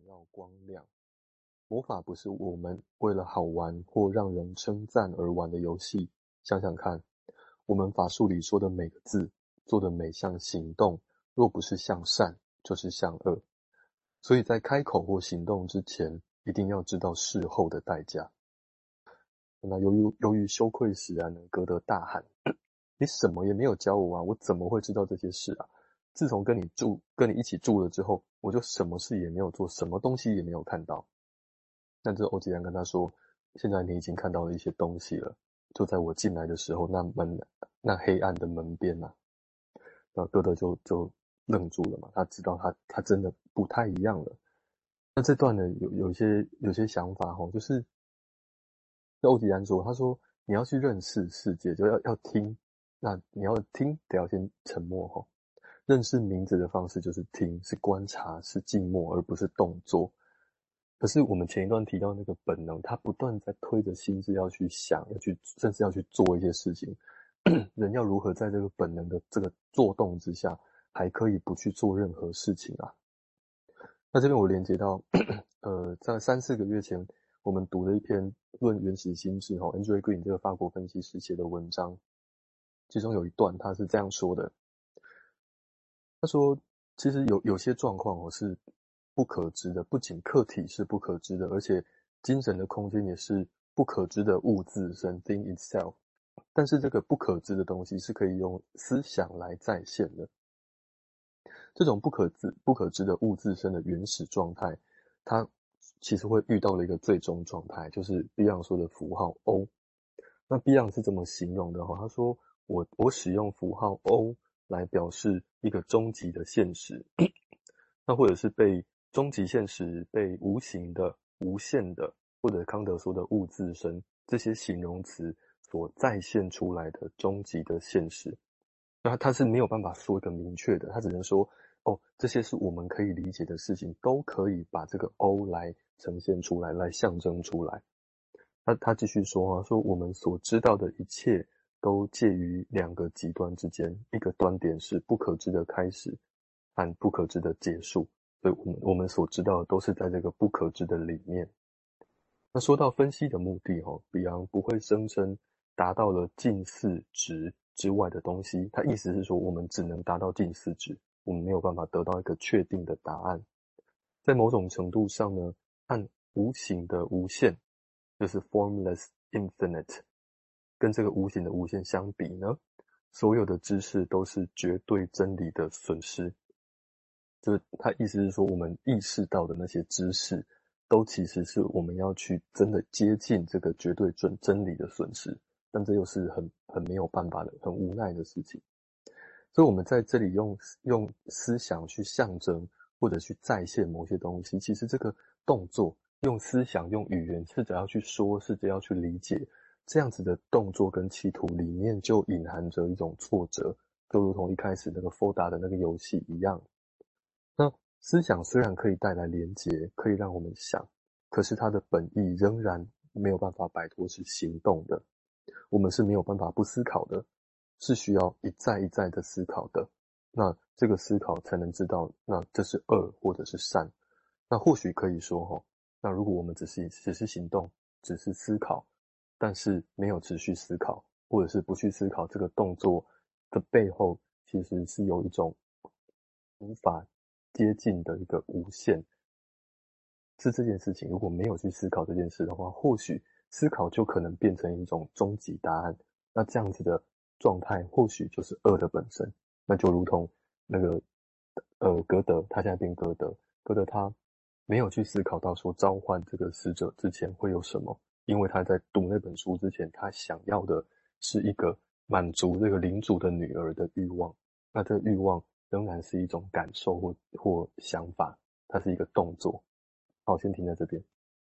耀光亮。魔法不是我们为了好玩或让人称赞而玩的游戏。想想看，我们法术里说的每个字，做的每项行动，若不是向善，就是向恶。所以在开口或行动之前，一定要知道事后的代价。那由于羞愧使然呢，歌德大喊：你什么也没有教我啊，我怎么会知道这些事啊？自从跟你一起住了之后，我就什么事也没有做，什么东西也没有看到。但这欧吉安跟他说，现在你已经看到了一些东西了，就在我进来的时候，那黑暗的门边啊。那歌德就愣住了嘛，他知道他真的不太一样了。那这段呢，有些想法哈，就是欧吉安说，他说你要去认识世界，就要听，那你要听得要先沉默哈。认识名字的方式就是听，是观察，是静默，而不是动作。可是我们前一段提到那个本能，它不断在推着心智要去想，甚至要去做一些事情。人要如何在这个本能的这个作动之下，还可以不去做任何事情啊？那这边我连接到，在3-4个月前，我们读了一篇论原始心智Andre Green 这个法国分析师写的文章，其中有一段他是这样说的，他说，其实有些状况是不可知的，不仅客体是不可知的，而且精神的空间也是不可知的物自身 thing itself。但是这个不可知的东西是可以用思想来再现的。这种不可知的物自身的原始状态，它其实会遇到了一个最终状态，就是 Beyond 说的符号 O。那 Beyond 是这么形容的他说我使用符号 O 来表示一个终极的现实，那或者是被终极现实被无形的、无限的，或者康德说的物自身这些形容词所再现出来的终极的现实。那他是没有办法说一个明确的，他只能说这些是我们可以理解的事情，都可以把这个 O 来呈现出来，来象征出来。他继续说说我们所知道的一切都介于两个极端之间，一个端点是不可知的开始和不可知的结束，所以我们所知道的都是在这个不可知的里面。那说到分析的目的比昂不会声称达到了近似值之外的东西，他意思是说我们只能达到近似值，我们没有办法得到一个确定的答案。在某种程度上呢，按无形的无限，就是 formless infinite， 跟这个无形的无限相比呢，所有的知识都是绝对真理的损失。就是他意思是说，我们意识到的那些知识，都其实是我们要去真的接近这个绝对真理的损失，但这又是很没有办法的、很无奈的事情。所以我们在这里用思想去象征或者去再现某些东西，其实这个动作用思想用语言试着要去说，试着要去理解，这样子的动作跟企图里面就隐含着一种挫折，就如同一开始那个 Foda 的那个游戏一样。那思想虽然可以带来连结，可以让我们想，可是它的本意仍然没有办法摆脱是行动的。我们是没有办法不思考的，是需要一再一再的思考的。那这个思考才能知道，那这是恶或者是善。那或许可以说那如果我们只是行动，只是思考，但是没有持续思考，或者是不去思考这个动作的背后，其实是有一种无法接近的一个无限。是这件事情，如果没有去思考这件事的话，或许思考就可能变成一种终极答案。那这样子的状态，或许就是恶的本身。那就如同那个歌德，他现在变歌德，歌德他没有去思考到说召唤这个死者之前会有什么，因为他在读那本书之前，他想要的是一个满足这个领主的女儿的欲望。那这个欲望仍然是一种感受或想法，它是一个动作。好，先停在这边。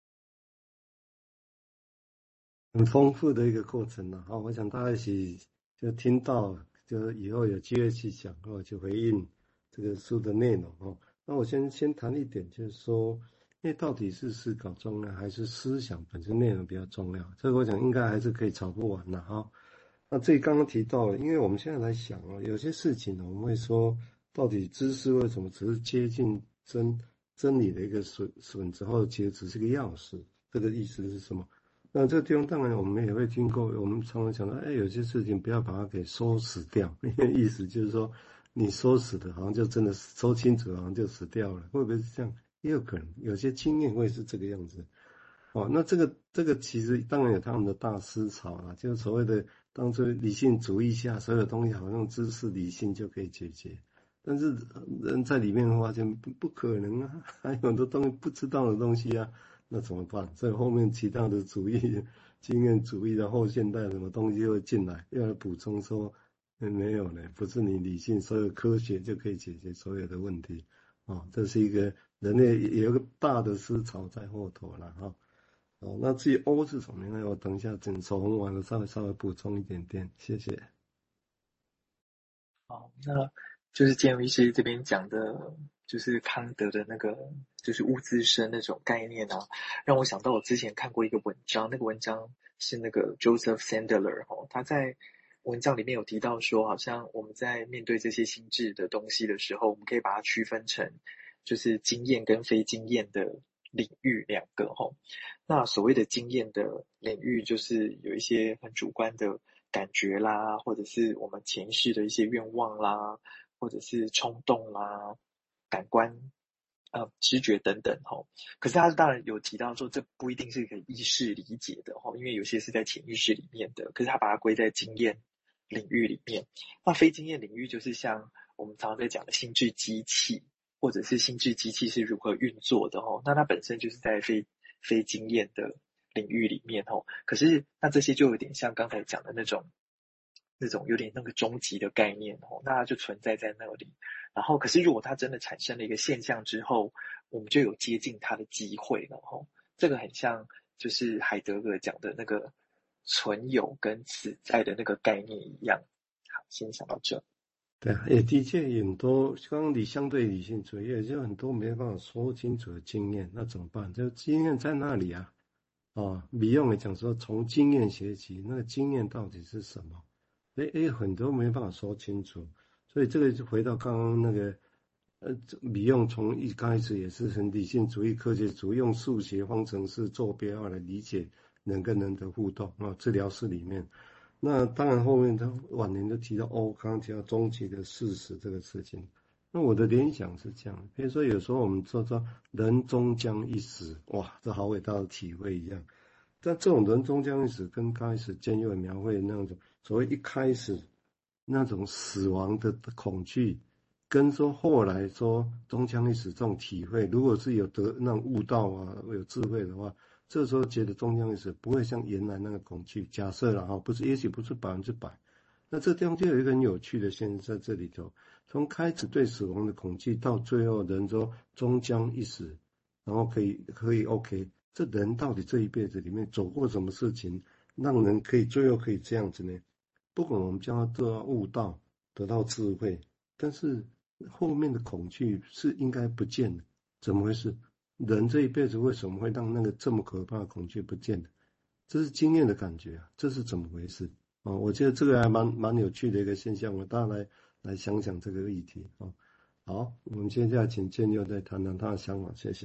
很丰富的一个过程了我想大家一起就听到，就以后有机会去讲就回应这个书的内容那我先谈一点，就是说，因为到底是思考重要，还是思想本身内容比较重要？这个我想应该还是可以吵不完的那这里刚刚提到了，因为我们现在来想有些事情我们会说，到底知识为什么只是接近真理的一个笋子，或者其实只是个钥匙。这个意思是什么？那这个地方当然我们也会听过，我们常常讲到，有些事情不要把它给收死掉，因为意思就是说，你收死的，好像就真的收清楚，好像就死掉了，会不会是这样？也有可能，有些经验会是这个样子。那这个其实当然有他们的大思潮啦，就是所谓的当初理性主义下，所有东西好像知识理性就可以解决，但是人在里面发现不可能啊，还有很多东西不知道的东西啊，那怎么办？所以后面其他的主义、经验主义的后现代什么东西又进来，又来补充说，没有呢，不是你理性所有科学就可以解决所有的问题，这是一个人类也有一个大的思潮在后头了哈。那至于 O 是什么呢？我等一下等手红完了稍微补充一点点，谢谢。 好，那就是建筑医师这边讲的，就是康德的那个，就是物自身那种概念啊，让我想到我之前看过一个文章，那个文章是那个 Joseph Sandler 他在文章里面有提到说，好像我们在面对这些心智的东西的时候，我们可以把它区分成就是经验跟非经验的领域两个那所谓的经验的领域，就是有一些很主观的感觉啦，或者是我们前世的一些愿望啦，或者是冲动啦、感官、知觉等等可是他当然有提到说，这不一定是可以意识理解的因为有些是在潜意识里面的，可是他把它归在经验领域里面。那非经验领域就是像我们常常在讲的心智机器，或者是心智机器是如何运作的那它本身就是在非经验的领域里面可是那这些就有点像刚才讲的那种有点那个终极的概念那它就存在在那里。然后可是如果它真的产生了一个现象之后，我们就有接近它的机会了这个很像就是海德格讲的那个存有跟此在的那个概念一样。好，先想到这。 对啊，也的确很多，刚刚相对理性主义，也就很多没办法说清楚的经验，那怎么办？就经验在那里啊，米用也讲说从经验学习，那个经验到底是什么？很多没办法说清楚，所以这个就回到刚刚那个，米用从一开始也是很理性主义、科学主义，用数学方程式坐标来理解人跟人的互动治疗室里面。那当然，后面他晚年就提到刚刚提到终极的事实这个事情。那我的联想是这样，比如说有时候我们说人终将一死，哇，这好伟大的体会一样。但这种人终将一死，跟刚开始建佑描绘那种所谓一开始那种死亡的恐惧，跟说后来说终将一死这种体会，如果是有得那种悟道啊，有智慧的话。这时候觉得终将一死，不会像原来那个恐惧。假设了不是，也许不是100%。那这地方就有一个很有趣的现象在这里头，从开始对死亡的恐惧，到最后人说终将一死，然后可以 OK。这人到底这一辈子里面走过什么事情，让人可以最后可以这样子呢？不管我们将他得到悟道，得到智慧，但是后面的恐惧是应该不见的，怎么回事？人这一辈子为什么会让那个这么可怕的恐惧不见的？这是经验的感觉啊，这是怎么回事我觉得这个还蛮有趣的一个现象，我大家来想想这个议题好，我们现在请建佑再谈谈他的想法，谢谢。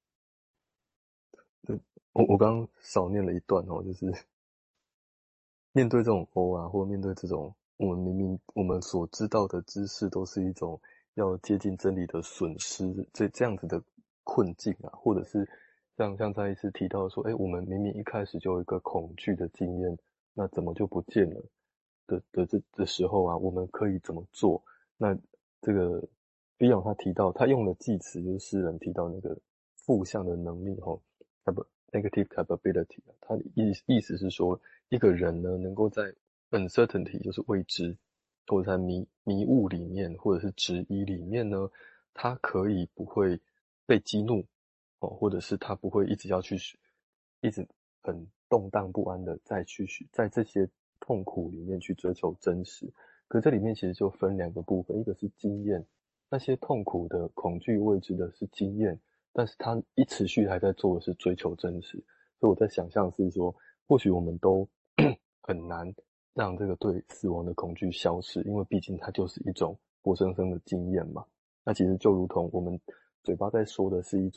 我刚刚少念了一段就是面对这种或面对这种我们明明我们所知道的知识都是一种要接近真理的损失，这样子的困境啊，或者是像再一次提到说，我们明明一开始就有一个恐惧的经验，那怎么就不见了的时候啊，我们可以怎么做？那这个 Beyond 他提到，他用的记词就是诗人提到那个负向的能力negative capability 他的意思是说，一个人呢能够在 uncertainty 就是未知，或者在迷雾里面，或者是质疑里面呢，他可以不会被激怒或者是他不会一直一直很动荡不安的在这些痛苦里面去追求真实。可这里面其实就分两个部分，一个是经验，那些痛苦的恐惧未知的是经验，但是他持续还在做的是追求真实。所以我在想象是说，或许我们都很难让这个对死亡的恐惧消失，因为毕竟它就是一种活生生的经验嘛。那其实就如同我们嘴巴在说的是一